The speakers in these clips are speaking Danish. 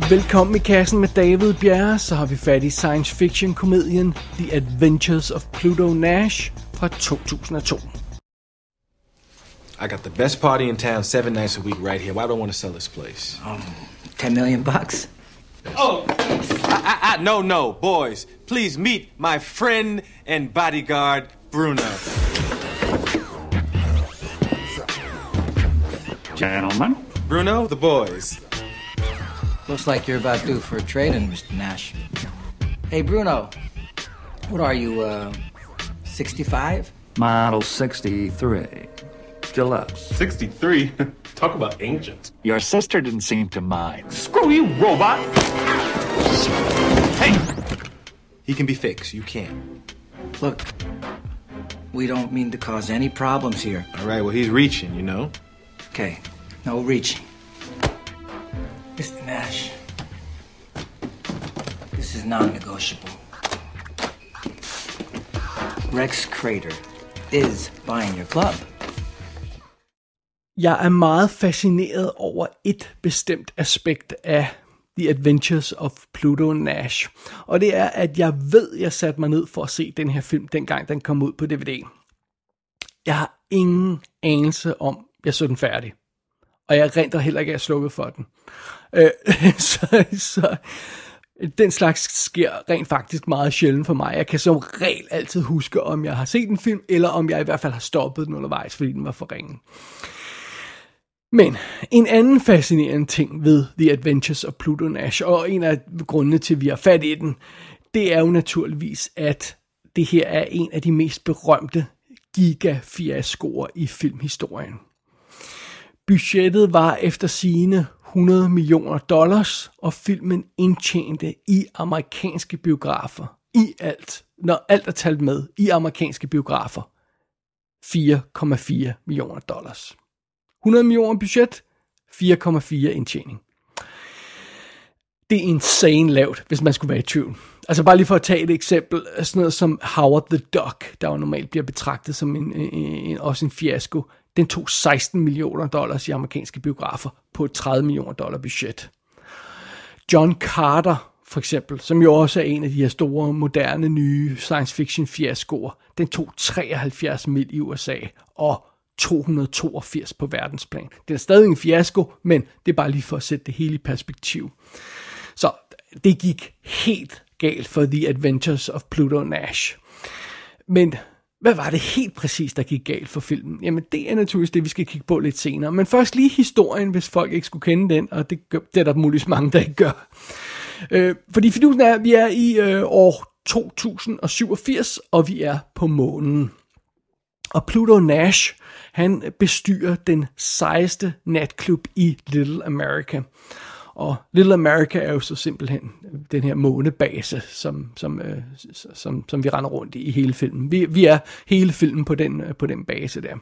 Velkommen i kassen med David Bjerre, så har vi fat i science fiction komedien The Adventures of Pluto Nash fra 2002. I got the best party in town 7 nights a week right here. Why do I want to sell this place? $10 million bucks. Oh, no, boys. Please meet my friend and bodyguard, Bruno. Gentlemen. Bruno, the boys. Looks like you're about due for a trade-in, Mr. Nash. Hey, Bruno. What are you, 65? Model 63. Deluxe. 63? Talk about ancient. Your sister didn't seem to mind. Screw you, robot! Hey! He can be fixed. You can't. Look, we don't mean to cause any problems here. All right, well, he's reaching, you know? Okay, no reaching. Mr. Nash, this is non-negotiable. Rex Crater is buying your club. Jeg er meget fascineret over et bestemt aspekt af The Adventures of Pluto Nash. Og det er, at jeg ved, jeg satte mig ned for at se den her film, dengang den kom ud på DVD. Jeg har ingen anelse om, jeg så den færdig. Og jeg renter heller ikke, at jeg slukkede for den. Så den slags sker rent faktisk meget sjældent for mig. Jeg kan som regel altid huske, om jeg har set en film, eller om jeg i hvert fald har stoppet den undervejs, fordi den var for ringe. Men en anden fascinerende ting ved The Adventures of Pluto Nash, og en af grundene til, at vi har fat i den, det er jo naturligvis, at det her er en af de mest berømte gigafiaskoer i filmhistorien. Budgettet var efter sigende $100 million, og filmen indtjente i amerikanske biografer, i alt, når alt er talt med, i amerikanske biografer, $4,4 million. 100 millioner budget, 4,4 indtjening. Det er insane lavt, hvis man skulle være i tvivl. Altså bare lige for at tage et eksempel, sådan noget som Howard the Duck, der jo normalt bliver betragtet som også en fiasko. Den tog $16 millioner i amerikanske biografer på et $30 millioner budget. John Carter, for eksempel, som jo også er en af de her store, moderne, nye science fiction fiaskoer, den tog 73 mil i USA og 282 på verdensplan. Det er stadig en fiasko, men det er bare lige for at sætte det hele i perspektiv. Så det gik helt galt for The Adventures of Pluto Nash. Men hvad var det helt præcis, der gik galt for filmen? Jamen, det er naturligvis det, vi skal kigge på lidt senere. Men først lige historien, hvis folk ikke skulle kende den, og det er der muligvis mange, der ikke gør. Fordi fidusen er, at vi er i år 2087, og vi er på månen. Og Pluto Nash, han bestyrer den sejeste natklub i Little America. Og Little America er jo så simpelthen den her månebase, som vi render rundt i hele filmen. Vi er hele filmen på den base der.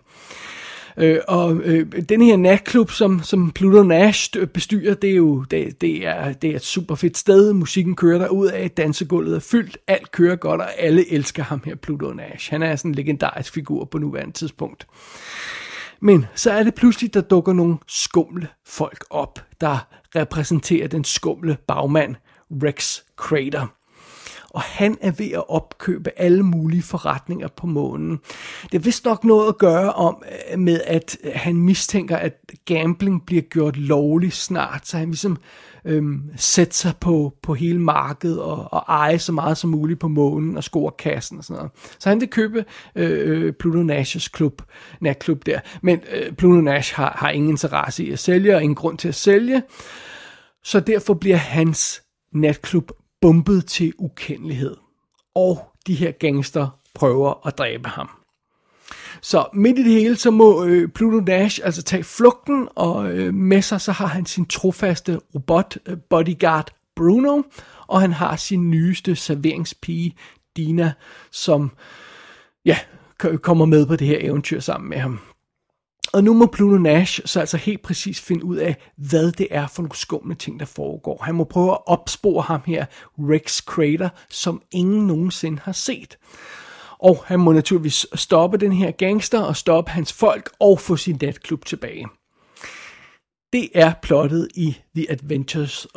Den her natklub, som Pluto Nash bestyrer, det er et super fedt sted. Musikken kører der ud af, dansegulvet er fyldt, alt kører godt, og alle elsker ham her, Pluto Nash. Han er sådan en legendarisk figur på nuværende tidspunkt. Men så er det pludselig, der dukker nogle skumle folk op, der repræsenterer den skumle bagmand, Rex Crater. Og han er ved at opkøbe alle mulige forretninger på månen. Det er vist nok noget at gøre med, at han mistænker, at gambling bliver gjort lovligt snart, så han ligesom sætter sig på hele markedet og eje så meget som muligt på månen og score kassen og sådan noget. Så han vil købe Pluto Nash's natklub der. Men Pluto Nash har ingen interesse i at sælge og ingen grund til at sælge. Så derfor bliver hans natklub bumpet til ukendelighed. Og de her gangster prøver at dræbe ham. Så midt i det hele, så må Pluto Nash altså tage flugten, og med sig så har han sin trofaste robot bodyguard Bruno, og han har sin nyeste serveringspige Dina, som kommer med på det her eventyr sammen med ham. Og nu må Pluto Nash så altså helt præcis finde ud af, hvad det er for nogle skumle ting, der foregår. Han må prøve at opspore ham her, Rex Crater, som ingen nogensinde har set. Og han må naturligvis stoppe den her gangster og stoppe hans folk og få sin natklub tilbage. Det er plottet i The Adventures of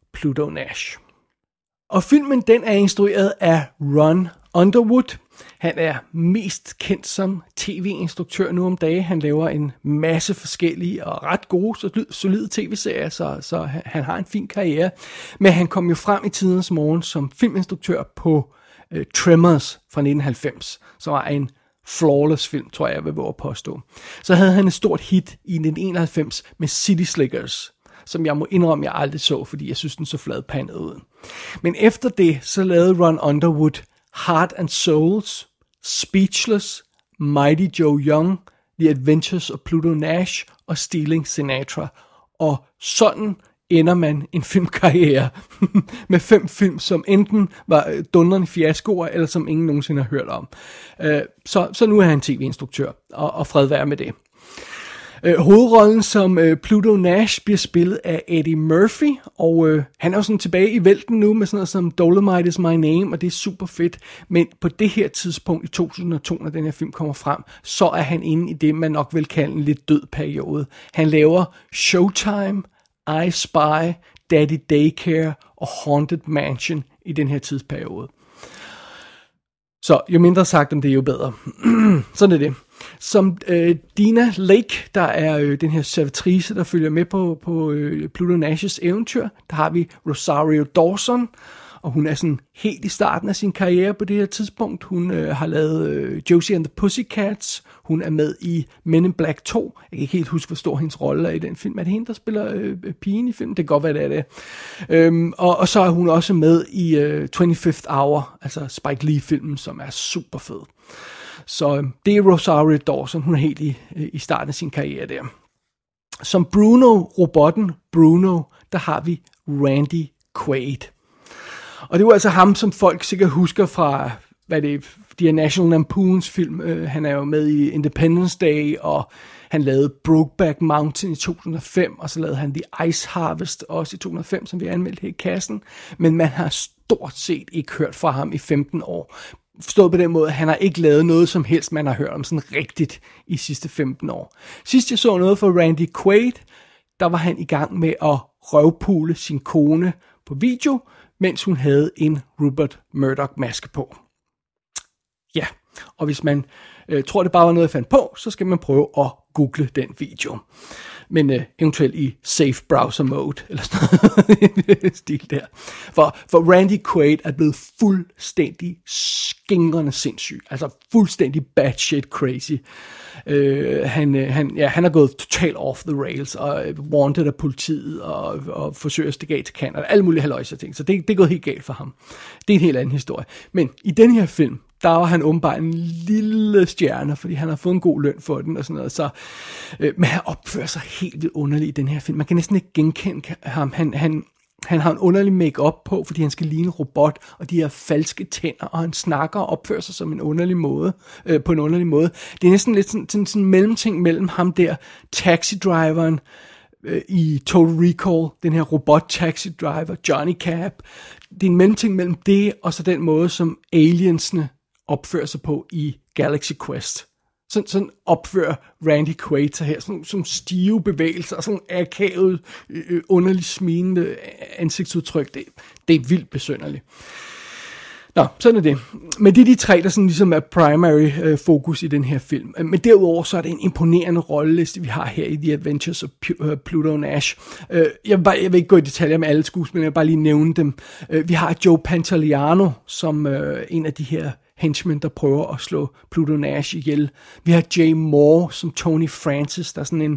Pluto Nash. Og filmen, den er instrueret af Ron Underwood. Han er mest kendt som tv-instruktør nu om dagen. Han laver en masse forskellige og ret gode, solide tv-serier, så han har en fin karriere. Men han kom jo frem i tidens morgen som filminstruktør på Tremors fra 1990, som var en flawless film, tror jeg vil våge at påstå. Så havde han et stort hit i 1991 med City Slickers, som jeg må indrømme, jeg aldrig så, fordi jeg synes, den så fladpandet ud. Men efter det, så lavede Ron Underwood Heart and Souls, Speechless, Mighty Joe Young, The Adventures of Pluto Nash og Stealing Sinatra. Og sådan ender man en filmkarriere med 5 film, som enten var dundrende fiaskoer, eller som ingen nogensinde har hørt om. Så nu er han tv-instruktør, og fred være med det. Hovedrollen som Pluto Nash bliver spillet af Eddie Murphy, og han er jo sådan tilbage i vælten nu med sådan noget som Dolomite is my name, og det er super fedt. Men på det her tidspunkt i 2002, når den her film kommer frem, så er han inde i det, man nok vil kalde en lidt død periode. Han laver Showtime, I Spy, Daddy Daycare og Haunted Mansion i den her tidsperiode. Så jo mindre sagt om det, jo bedre. Sådan er det. Som Dina Lake, der er den her servitrice, der følger med på Pluto Nashes eventyr, der har vi Rosario Dawson, og hun er sådan helt i starten af sin karriere på det her tidspunkt. Hun har lavet Josie and the Pussycats, hun er med i Men in Black 2. Jeg kan ikke helt huske, hvor stor hendes rolle er i den film. Er det hende, der spiller pigen i filmen? Det kan godt være, det er det. Og så er hun også med i 25th Hour, altså Spike Lee-filmen, som er super fed. Så det er Rosario Dawson, hun er helt i starten af sin karriere der. Som Bruno-robotten Bruno, der har vi Randy Quaid. Og det var altså ham, som folk sikkert husker fra, de her National Lampoons film. Han er jo med i Independence Day, og han lavede Brokeback Mountain i 2005, og så lavede han The Ice Harvest også i 2005, som vi har anmeldt her i kassen. Men man har stort set ikke hørt fra ham i 15 år. Forstået på den måde, han har ikke lavet noget som helst, man har hørt om sådan rigtigt i sidste 15 år. Sidst jeg så noget fra Randy Quaid, der var han i gang med at røvpule sin kone på video, mens hun havde en Rupert Murdoch-maske på. Ja, og hvis man tror, det bare var noget, jeg fandt på, så skal man prøve at google den video. Men eventuelt i safe browser mode, eller sådan noget stil der. For Randy Quaid er blevet fuldstændig skingrende sindssyg. Altså fuldstændig batshit crazy. Han er gået totalt off the rails, og wanted af politiet, og forsøger at stikke af til Canada. Alle mulige halvøjser ting, så det er gået helt galt for ham. Det er en helt anden historie. Men i den her film, der var han åbenbart en lille stjerne, fordi han har fået en god løn for den og sådan noget. Så, men han opfører sig helt vildt underligt i den her film. Man kan næsten ikke genkende ham. Han har en underlig make-up på, fordi han skal ligne en robot, og de har falske tænder, og han snakker og opfører sig som en underlig måde, på en underlig måde. Det er næsten lidt sådan en mellemting mellem ham der, taxi-driveren, i Total Recall, den her robot-taxi-driver, Johnny Cab. Det er en mellemting mellem det, og så den måde, som aliensene opfører sig på i Galaxy Quest. Sådan opfører Randy Quaid sig her. Sådan stive bevægelser, og sådan akavet, underligt smilende ansigtsudtryk. Det er vildt besynderligt. Nå, sådan er det. Men det er de tre, der sådan ligesom er primary fokus i den her film. Men derudover så er det en imponerende rolleliste, vi har her i The Adventures of Pluto Nash. Jeg vil ikke gå i detaljer med alle skuespillere, jeg vil bare lige nævne dem. Vi har Joe Pantoliano som en af de her henchmen, der prøver at slå Pluto Nash ihjel. Vi har Jay Moore som Tony Francis, der er sådan en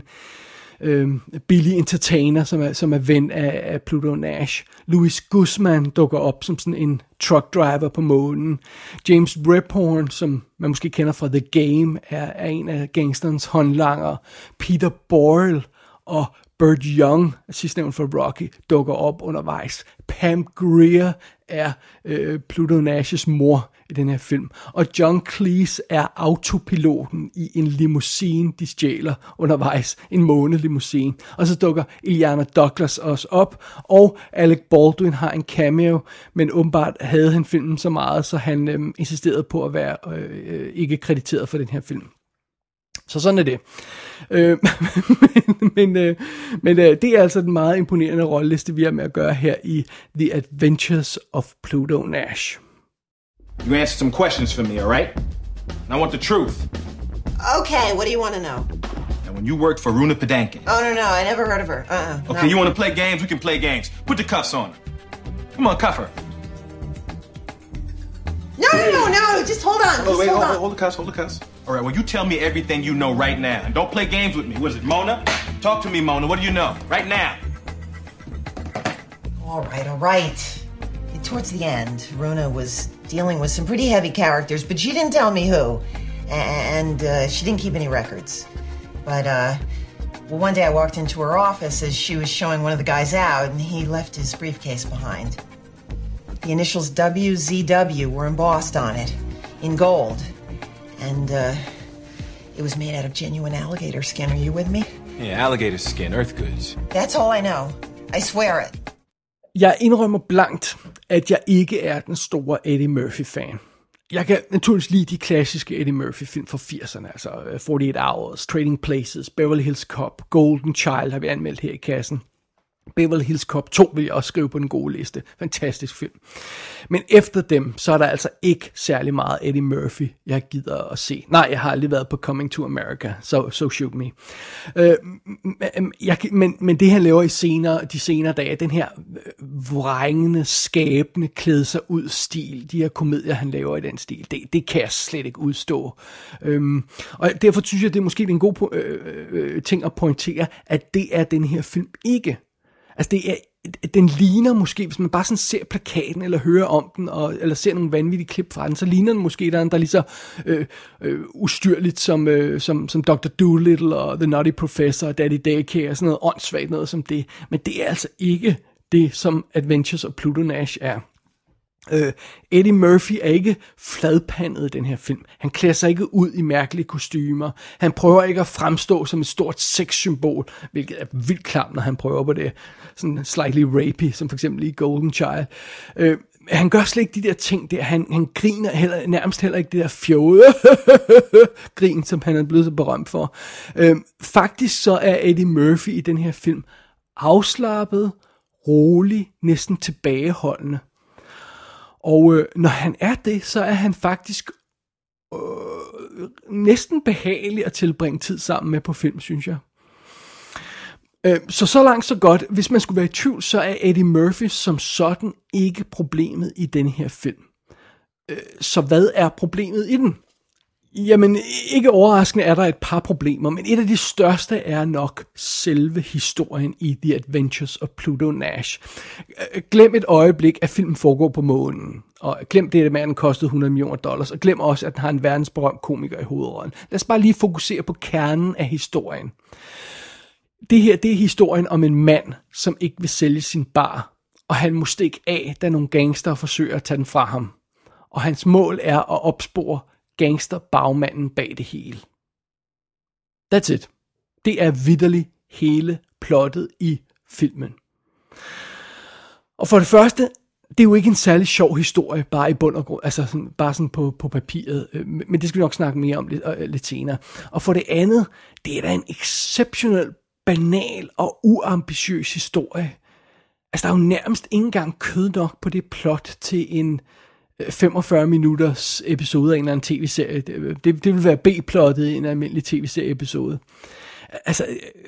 billig entertainer, som er ven af Pluto Nash. Louis Guzman dukker op som sådan en truck driver på månen. James Rebhorn, som man måske kender fra The Game, er en af gangsterens håndlanger. Peter Boyle og Burt Young, sidstnævnt for Rocky, dukker op undervejs. Pam Grier er Pluto Nashes mor i den her film. Og John Cleese er autopiloten i en limousine, de stjæler undervejs. En månelimousine. Og så dukker Illeana Douglas også op. Og Alec Baldwin har en cameo, men åbenbart havde han filmen så meget, så han insisterede på at være ikke krediteret for den her film. Så sådan er det. Men det er altså den meget imponerende rolleliste, vi har med at gøre her i The Adventures of Pluto Nash. You answer some questions for me, all right? And I want the truth. Okay, what do you want to know? Now, when you worked for Runa Padankin. Oh, no, I never heard of her. Okay, no. you want to play games? We can play games. Put the cuffs on her. Come on, cuff her. No, just hold on. Oh, wait, hold the cuffs. All right, well, you tell me everything you know right now. And don't play games with me. What is it, Mona? Talk to me, Mona. What do you know? Right now. All right. Towards the end, Runa was dealing with some pretty heavy characters, but she didn't tell me who. And she didn't keep any records. But, one day I walked into her office as she was showing one of the guys out, and he left his briefcase behind. The initials WZW were embossed on it, in gold. And, it was made out of genuine alligator skin. Are you with me? Yeah, alligator skin, earth goods. That's all I know. I swear it. Jeg indrømmer blankt, at jeg ikke er den store Eddie Murphy-fan. Jeg kan naturligvis lide de klassiske Eddie Murphy-film fra 80'erne, altså 48 Hours, Trading Places, Beverly Hills Cop, Golden Child har vi anmeldt her i kassen. Beverly Hills Cop 2 vil jeg også skrive på den gode liste. Fantastisk film. Men efter dem, så er der altså ikke særlig meget Eddie Murphy, jeg gider at se. Nej, jeg har aldrig været på Coming to America, so shoot me. Men det han laver i de senere dage, den her vrængende, skabende, klæde sig ud stil, de her komedier, han laver i den stil, det kan jeg slet ikke udstå. Og derfor synes jeg, det er måske en god ting at pointere, at det er den her film ikke. Altså den ligner måske, hvis man bare sådan ser plakaten, eller hører om den, eller ser nogle vanvittige klip fra den, så ligner den måske der er lige så ustyrligt som Dr. Dolittle og The Nutty Professor og Daddy Daycare og sådan noget åndssvagt noget som det. Men det er altså ikke det, som Adventures of Pluto Nash er. Eddie Murphy er ikke fladpandet i den her film. Han klæder sig ikke ud i mærkelige kostymer. Han prøver ikke at fremstå som et stort sexsymbol, hvilket er vildt klamt, når han prøver på det. Sådan slightly rapey, som for eksempel i Golden Child. Han gør slet ikke de der ting der. Han griner nærmest heller ikke det der fjode grin, som han er blevet så berømt for. Faktisk så er Eddie Murphy i den her film afslappet, rolig, næsten tilbageholdende. Og når han er det, så er han faktisk næsten behagelig at tilbringe tid sammen med på film, synes jeg. Så langt så godt. Hvis man skulle være i tvivl, så er Eddie Murphy som sådan ikke problemet i denne her film. Så hvad er problemet i den? Jamen, ikke overraskende er der et par problemer, men et af de største er nok selve historien i The Adventures of Pluto Nash. Glem et øjeblik, at filmen foregår på månen, og glem det, at manden kostede $100 million, og glem også, at han har en verdensberømt komiker i hovedrollen. Lad os bare lige fokusere på kernen af historien. Det her, det er historien om en mand, som ikke vil sælge sin bar, og han må stikke af, da nogle gangster forsøger at tage den fra ham. Og hans mål er at opspore gangsterbagmanden bag det hele. That's it. Det er vitterligt hele plottet i filmen. Og for det første, det er jo ikke en særlig sjov historie, bare i bund og grund, altså sådan, bare sådan på papiret, men det skal vi nok snakke mere om lidt senere. Og for det andet, det er da en exceptionelt banal og uambitiøs historie. Altså, der er jo nærmest ikke engang kød nok på det plot til en 45 minutters episode af en eller anden tv-serie. Det vil være B-plottet i en almindelig tv-serie-episode. Altså,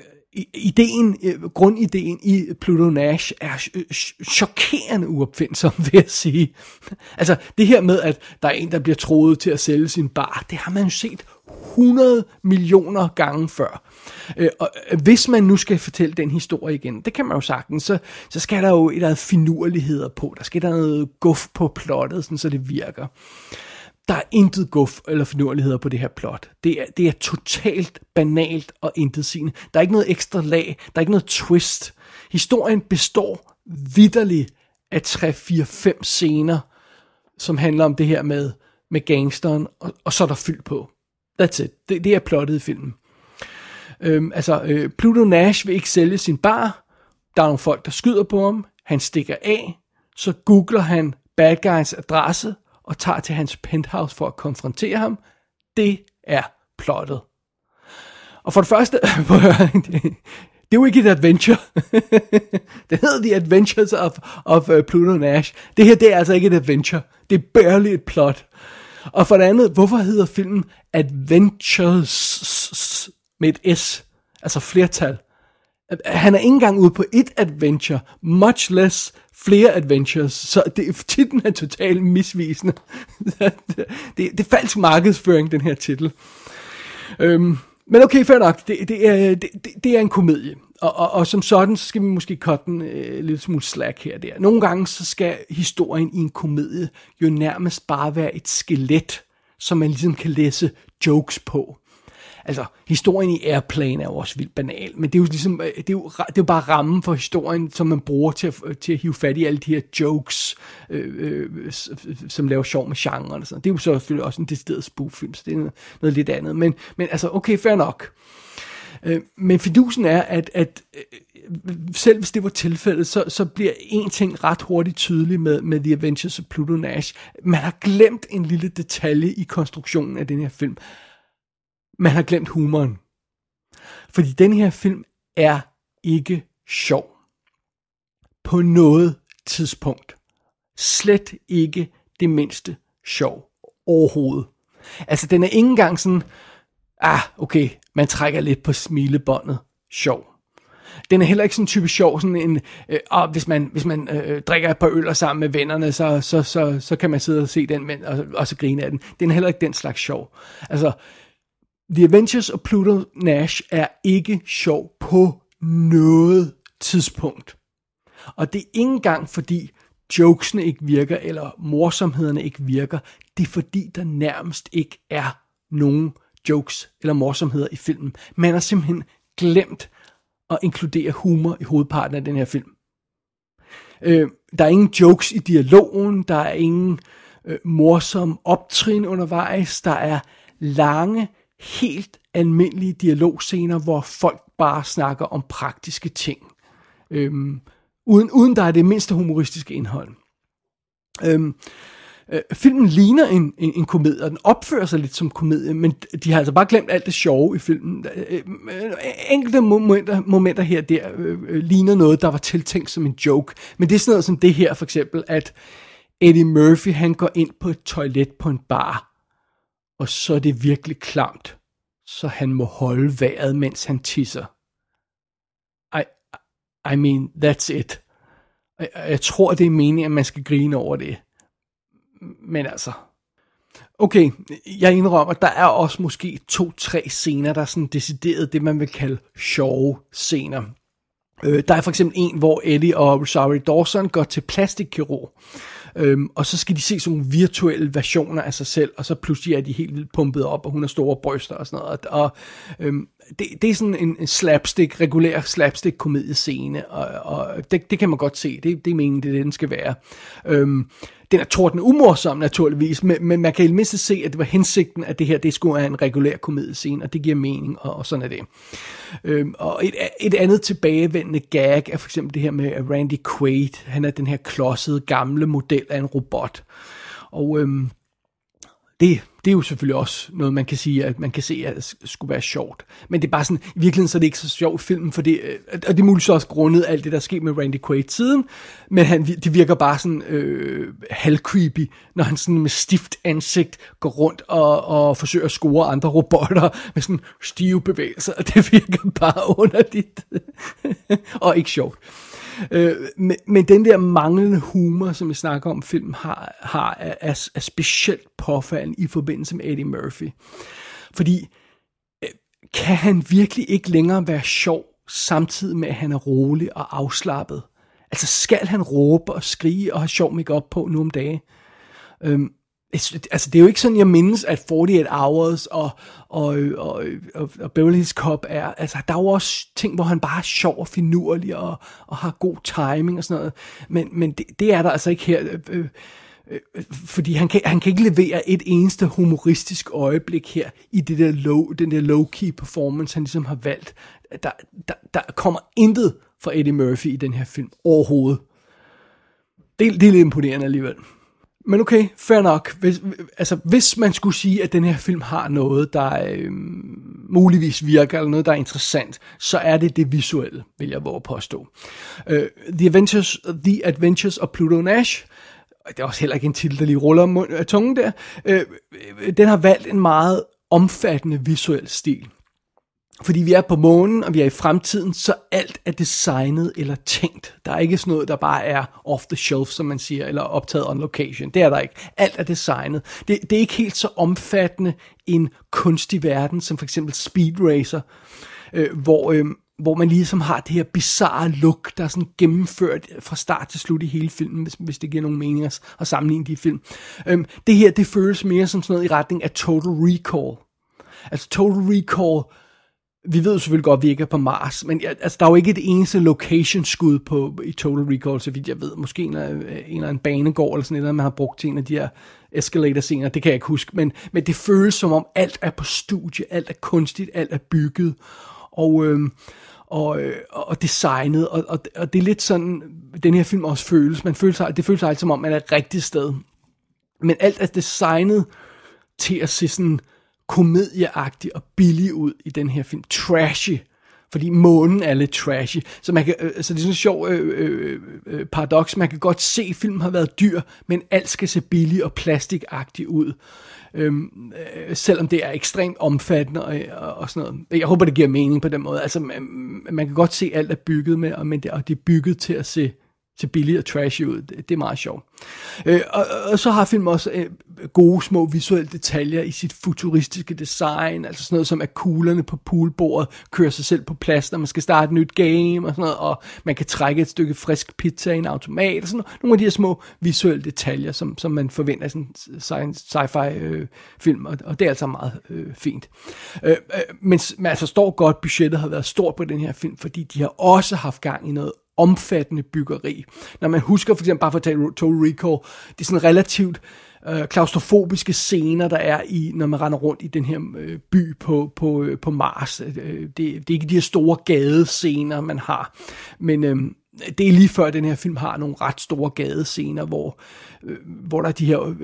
grundideen i Pluto Nash er chokerende uopfindsom, vil jeg sige. Altså, det her med, at der er en, der bliver troet til at sælge sin bar, det har man jo set 100 millioner gange før. Og hvis man nu skal fortælle den historie igen, det kan man jo sagtens, så skal der jo et eller andet finurligheder på. Der skal der noget guf på plottet, sådan, så det virker. Der er intet guf eller finurligheder på det her plot. Det er totalt banalt og intetsigende. Der er ikke noget ekstra lag. Der er ikke noget twist. Historien består vitterligt af 3-4-5 scener, som handler om det her med gangsteren, og så er der fyldt på. That's it. Det er plottet i filmen. Pluto Nash vil ikke sælge sin bar. Der er nogle folk, der skyder på ham. Han stikker af. Så googler han bad guys adresse og tager til hans penthouse for at konfrontere ham. Det er plottet. Og for det første, det er jo ikke et adventure. Det hedder The Adventures of Pluto Nash. Det her, det er altså ikke et adventure. Det er barely et plot. Og for det andet, hvorfor hedder filmen Adventures med et S? Altså flertal. Han er ikke engang ude på et adventure, much less flere adventures, så titlen er totalt misvisende. Det er falsk markedsføring, den her titel. Men okay, fair nok, det er en komedie, og som sådan, så skal vi måske cutte en lidt smule slack her og der. Nogle gange, så skal historien i en komedie jo nærmest bare være et skelet, som man ligesom kan læse jokes på. Altså, historien i Airplane er jo også vildt banal, men det er jo ligesom, det er jo bare rammen for historien, som man bruger til at hive fat i alle de her jokes, som laver sjov med genren og sådan. Det er jo så selvfølgelig også en decideret spoof-film, så det er noget lidt andet, men altså, okay, fair nok. Men fidusen er, at selv hvis det var tilfældet, så bliver en ting ret hurtigt tydelig med The Adventures of Pluto Nash. Man har glemt en lille detalje i konstruktionen af den her film. Man har glemt humoren. Fordi den her film er ikke sjov. På noget tidspunkt. Slet ikke det mindste sjov. Overhovedet. Altså, den er ikke engang sådan, okay, man trækker lidt på smilebåndet. Sjov. Den er heller ikke sådan en type sjov, sådan en, hvis man drikker et par øller sammen med vennerne, så kan man sidde og se den, og så grine af den. Den er heller ikke den slags sjov. Altså, The Adventures of Pluto Nash er ikke sjov på noget tidspunkt. Og det er ikke engang fordi jokesene ikke virker, eller morsomhederne ikke virker. Det er fordi, der nærmest ikke er nogen jokes eller morsomheder i filmen. Man har simpelthen glemt at inkludere humor i hovedparten af den her film. Der er ingen jokes i dialogen, der er ingen morsom optrin undervejs, der er lange, helt almindelige dialogscener, hvor folk bare snakker om praktiske ting. Uden der er det mindste humoristiske indhold. Filmen ligner en komedie, og den opfører sig lidt som komedie, men de har altså bare glemt alt det sjove i filmen. Enkelte momenter her der ligner noget, der var tiltænkt som en joke, men det er sådan noget som det her for eksempel, at Eddie Murphy, han går ind på et toilet på en bar, og så er det virkelig klamt, så han må holde vejret, mens han tisser. I mean, that's it. Jeg tror, det er meningen, at man skal grine over det. Men altså, okay, jeg indrømmer, der er også måske 2-3 scener, der er sådan decideret det, man vil kalde sjove scener. Der er for eksempel en, hvor Eddie og Rosario Dawson går til plastikkirurg, og så skal de se sådan nogle virtuelle versioner af sig selv, og så pludselig er de helt vildt pumpet op, og hun har store bryster og sådan noget, og det er sådan en regulær slapstick komediescene, og det kan man godt se, det er meningen, det er det, den skal være. Den er tordende umorsom naturligvis, men man kan i det mindste se, at det var hensigten, at det her, det skulle være en regulær komediescene, og det giver mening, og sådan er det. Og et andet tilbagevendende gag er for eksempel det her med Randy Quaid. Han er den her klodsede gamle model af en robot. Og det er jo selvfølgelig også noget, man kan sige, at man kan se, at det skulle være sjovt. Men det er bare sådan, i virkeligheden så er det ikke så sjovt i filmen, for det, og det er muligvis også grundet alt det, der er sket med Randy Quaid siden, men det virker bare sådan halvcreepy, når han sådan med stift ansigt går rundt og forsøger at score andre robotter med sådan stive bevægelser, og det virker bare underligt og ikke sjovt. Men den der manglende humor, som vi snakker om, filmen er specielt påfaldende i forbindelse med Eddie Murphy. Fordi kan han virkelig ikke længere være sjov, samtidig med at han er rolig og afslappet? Altså skal han råbe og skrige og have sjov make-up på nu om dagen? Altså det er jo ikke sådan, jeg mindes, at 48 Hours og Beverly Hills Cop er, altså der er jo også ting, hvor han bare er sjov og finurlig og har god timing og sådan noget, men det er der altså ikke her, fordi han kan ikke levere et eneste humoristisk øjeblik her i den der low-key performance, han ligesom har valgt. Der kommer intet fra Eddie Murphy i den her film overhovedet. Det er lidt imponerende alligevel. Men okay, fair nok. Hvis man skulle sige, at den her film har noget, der muligvis virker, eller noget, der er interessant, så er det visuelle, vil jeg våge at påstå. The Adventures of Pluto Nash, det er også heller ikke en titel, der lige ruller tungen der, den har valgt en meget omfattende visuel stil. Fordi vi er på månen, og vi er i fremtiden, så alt er designet eller tænkt. Der er ikke sådan noget, der bare er off the shelf, som man siger, eller optaget on location. Det er der ikke. Alt er designet. Det er ikke helt så omfattende en kunstig verden, som for eksempel Speed Racer, hvor man ligesom har det her bizarre look, der er sådan gennemført fra start til slut i hele filmen, hvis det giver nogen mening at sammenligne de film. Det her, det føles mere som sådan noget i retning af Total Recall. Altså Total Recall, vi ved jo selvfølgelig godt, at vi ikke er på Mars, men altså, der er jo ikke et eneste location-skud i Total Recall, så vidt jeg ved. Måske en eller anden banegård eller sådan noget, man har brugt til en af de her escalator-scener, det kan jeg ikke huske. Men det føles som om alt er på studie, alt er kunstigt, alt er bygget og designet, og det er lidt sådan, den her film også føles. Det føles altid som om, man er et rigtigt sted. Men alt er designet til at se sådan komedieagtig og billig ud i den her film. Trashy. Fordi månen er lidt trashy. Så det er sådan en sjov paradoks. Man kan godt se, at filmen har været dyr, men alt skal se billig og plastikagtigt ud. Selvom det er ekstremt omfattende og sådan noget. Jeg håber, det giver mening på den måde. Altså, man kan godt se, at alt er bygget med, og det er bygget til at se billigt og trashy ud. Det er meget sjovt. Og så har filmen også gode små visuelle detaljer i sit futuristiske design, altså sådan noget som at kuglerne på poolbordet kører sig selv på plads, når man skal starte et nyt game og sådan noget, og man kan trække et stykke frisk pizza i en automat og sådan noget. Nogle af de her små visuelle detaljer, som man forventer i sådan en sci-fi film, og det er altså meget fint. Men man forstår godt, budgettet har været stort på den her film, fordi de har også haft gang i noget omfattende byggeri. Når man husker for eksempel, bare for at tage Total Recall, det er sådan relativt klaustrofobiske scener, der er i, når man render rundt i den her by på Mars. Det er ikke de her store gadescener, man har, men det er lige før den her film har nogle ret store gadescener, hvor der er de her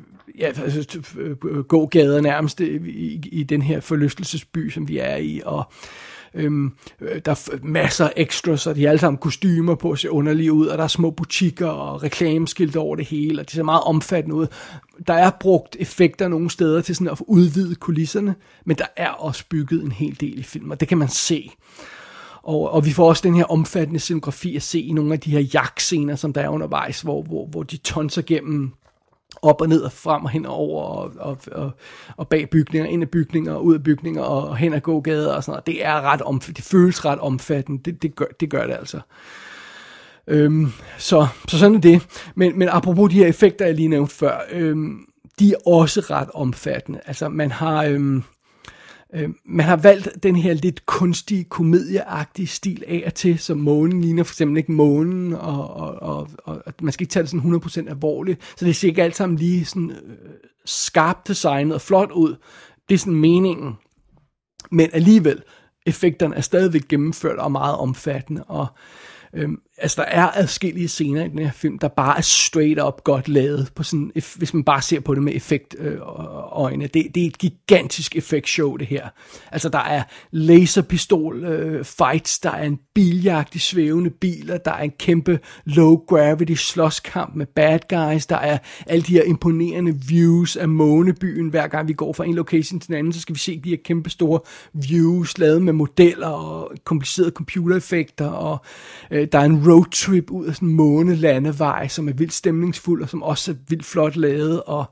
gågader nærmest i den her forlystelsesby, som vi er i, og der er masser af extras, og de har alle sammen kostymer på at se underlige ud, og der er små butikker og reklameskilte over det hele, og det ser meget omfattende ud. Der er brugt effekter nogle steder til sådan at udvide kulisserne, men der er også bygget en hel del i film, og det kan man se. Og vi får også den her omfattende scenografi at se i nogle af de her jagtscener, som der er undervejs, hvor de tonser gennem op og ned og frem og hen og over og bag bygninger, ind i bygninger og ud af bygninger og hen ad gågader og sådan noget. Det er det føles ret omfattende. Det gør det altså. Så sådan er det. Men apropos de her effekter, jeg lige nævnte før, de er også ret omfattende. Altså man har valgt den her lidt kunstige, komedieagtige stil af og til, så månen ligner for eksempel ikke månen, og man skal ikke tage det sådan 100% alvorligt, så det ser ikke alt sammen lige sådan skarpt designet og flot ud. Det er sådan meningen. Men alligevel, effekterne er stadigvæk gennemført og meget omfattende, og altså der er adskillige scener i den her film, der bare er straight up godt lavet, på sådan, hvis man bare ser på det med effektøjne. Det er et gigantisk effektshow, det her. Altså der er laserpistol fights, der er en biljagt i svævende biler, der er en kæmpe low gravity slåskamp med bad guys, der er alle de her imponerende views af månebyen. Hver gang vi går fra en location til en anden, så skal vi se de her kæmpe store views lavet med modeller og komplicerede computereffekter, og der er en roadtrip ud af sådan en månelandevej, som er vildt stemningsfuld, og som også er vildt flot lavet, og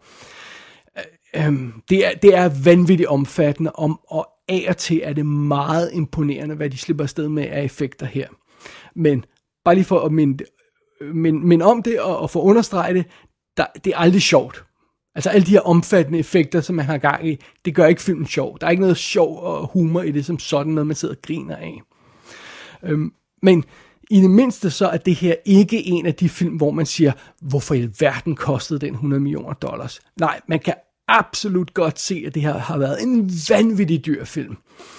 det er vanvittigt omfattende, og af og til er det meget imponerende, hvad de slipper afsted med af effekter her. Men bare lige for at minde om det, og for at understrege det, det er aldrig sjovt. Altså alle de her omfattende effekter, som man har gang i, det gør ikke filmen sjov. Der er ikke noget sjov og humor i det, som sådan noget, man sidder og griner af. Men i det mindste så er det her ikke en af de film, hvor man siger, hvorfor i verden kostede den $100 million? Nej, man kan absolut godt se, at det her har været en vanvittig dyr film.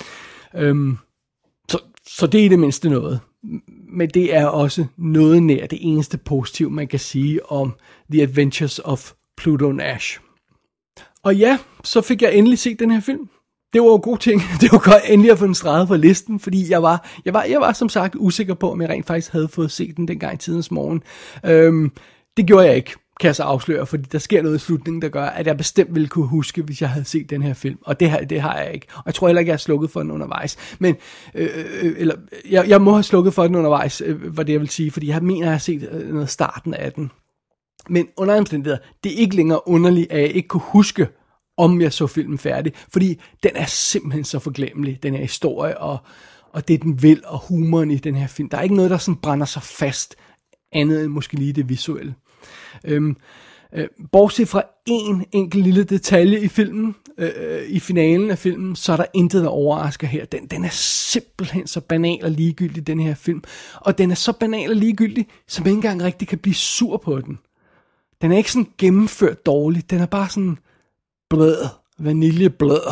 Så det er i det mindste noget. Men det er også noget nær det eneste positive, man kan sige om The Adventures of Pluto Nash. Og ja, så fik jeg endelig set den her film. det var jo gode ting. Det var godt endelig at få den streget på listen, fordi jeg var som sagt usikker på, om jeg rent faktisk havde fået set den dengang i tidens morgen. Det gjorde jeg ikke, kan jeg så afsløre, fordi der sker noget i slutningen, der gør, at jeg bestemt ville kunne huske, hvis jeg havde set den her film. Og det har jeg ikke. Og jeg tror heller ikke, jeg har slukket for den undervejs. Men, jeg må have slukket for den undervejs, var det jeg vil sige, fordi jeg mener, jeg har set noget starten af den. Men under omstændigheder, det er ikke længere underligt, at jeg ikke kunne huske, om jeg så filmen færdig, fordi den er simpelthen så forglemmelig, den her historie, og det den vil, og humoren i den her film. Der er ikke noget, der sådan brænder sig fast, andet end måske lige det visuelle. Bortset fra en enkelt lille detalje i filmen, i finalen af filmen, så er der intet, der overrasker her. Den er simpelthen så banal og ligegyldig, den her film. Og den er så banal og ligegyldig, som ikke engang rigtig kan blive sur på den. Den er ikke sådan gennemført dårligt, den er bare sådan blød, vaniljeblød.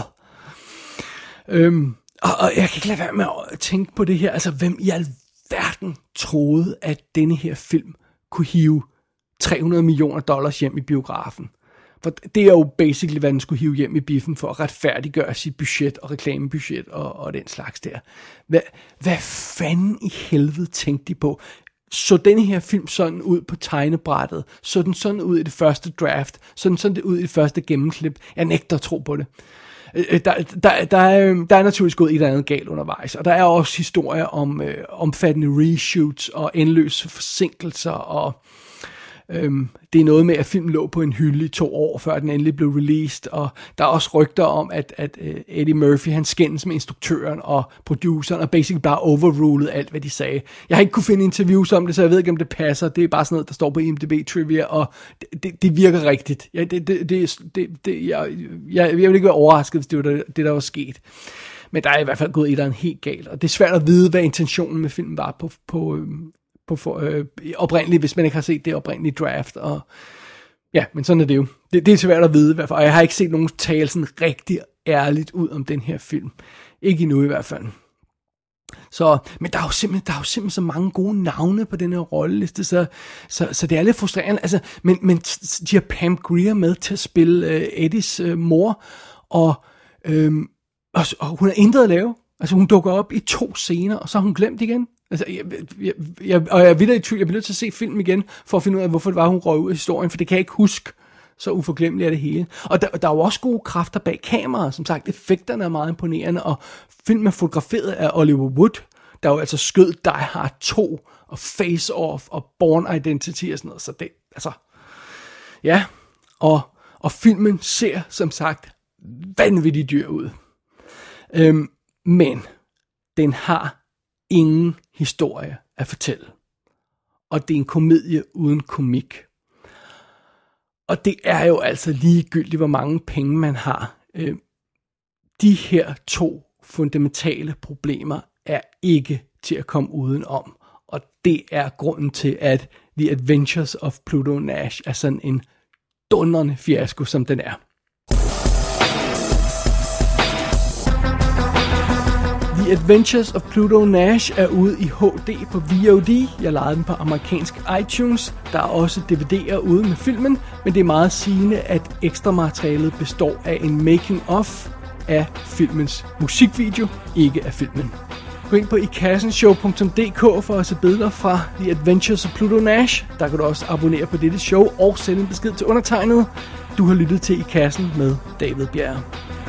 Og jeg kan ikke lade være med at tænke på det her, altså hvem i alverden troede, at denne her film kunne hive $300 million hjem i biografen. For det er jo basically, hvad den skulle hive hjem i biffen for at retfærdiggøre sit budget og reklamebudget og den slags der. Hvad fanden i helvede tænkte de på? Så denne her film sådan ud på tegnebrættet? Så den sådan ud i det første draft? Så den sådan ud i det første gennemklip? Jeg nægter at tro på det. Der er naturligvis gået et eller andet galt undervejs, og der er også historier om omfattende reshoots og endeløse forsinkelser, og det er noget med, at filmen lå på en hylde i 2 år, før den endelig blev released, og der er også rygter om, at Eddie Murphy, han skændes med instruktøren og produceren, og basically bare overruled alt, hvad de sagde. Jeg har ikke kunne finde interviews om det, så jeg ved ikke, om det passer. Det er bare sådan noget, der står på IMDb Trivia, og det virker rigtigt. Jeg vil ikke være overrasket, hvis det var det, der var sket. Men der er i hvert fald gået et eller andet helt galt, og det er svært at vide, hvad intentionen med filmen var på oprindeligt, hvis man ikke har set det oprindelige draft, og ja, men sådan er det jo. Det er svært at vide i hvert fald, og jeg har ikke set nogen tale sådan rigtig ærligt ud om den her film. Ikke endnu i hvert fald. Så, men der er jo simpelthen så mange gode navne på den her rolleliste, så det er lidt frustrerende. Altså, men de har Pam Grier med til at spille Eddies mor, og hun har intet at lave. Altså, hun dukker op i 2 scener, og så har hun glemt igen. Altså, jeg er vildt i tvivl. Jeg bliver nødt til at se filmen igen, for at finde ud af, hvorfor det var, hun røg ud af historien, for det kan jeg ikke huske. Så uforglemmeligt er det hele. Og der er jo også gode kræfter bag kameraet. Som sagt, effekterne er meget imponerende, og filmen er fotograferet af Oliver Wood, der jo altså skød Die Hard 2, og Face Off, og Born Identity og sådan noget. Så det, altså, ja. Og filmen ser, som sagt, vanvittigt dyr ud. Men den har ingen historie at fortælle. Og det er en komedie uden komik. Og det er jo altså ligegyldigt, hvor mange penge man har. De her 2 fundamentale problemer er ikke til at komme udenom. Og det er grunden til, at The Adventures of Pluto Nash er sådan en dundrende fiasko, som den er. The Adventures of Pluto Nash er ude i HD på VOD. Jeg lejede den på amerikansk iTunes. Der er også DVD'er ude med filmen, men det er meget sigende, at ekstra materialet består af en making-of af filmens musikvideo, ikke af filmen. Gå ind på ikassenshow.dk for at se billeder fra The Adventures of Pluto Nash. Der kan du også abonnere på dette show og sende en besked til undertegnet. Du har lyttet til I Kassen med David Bjerre.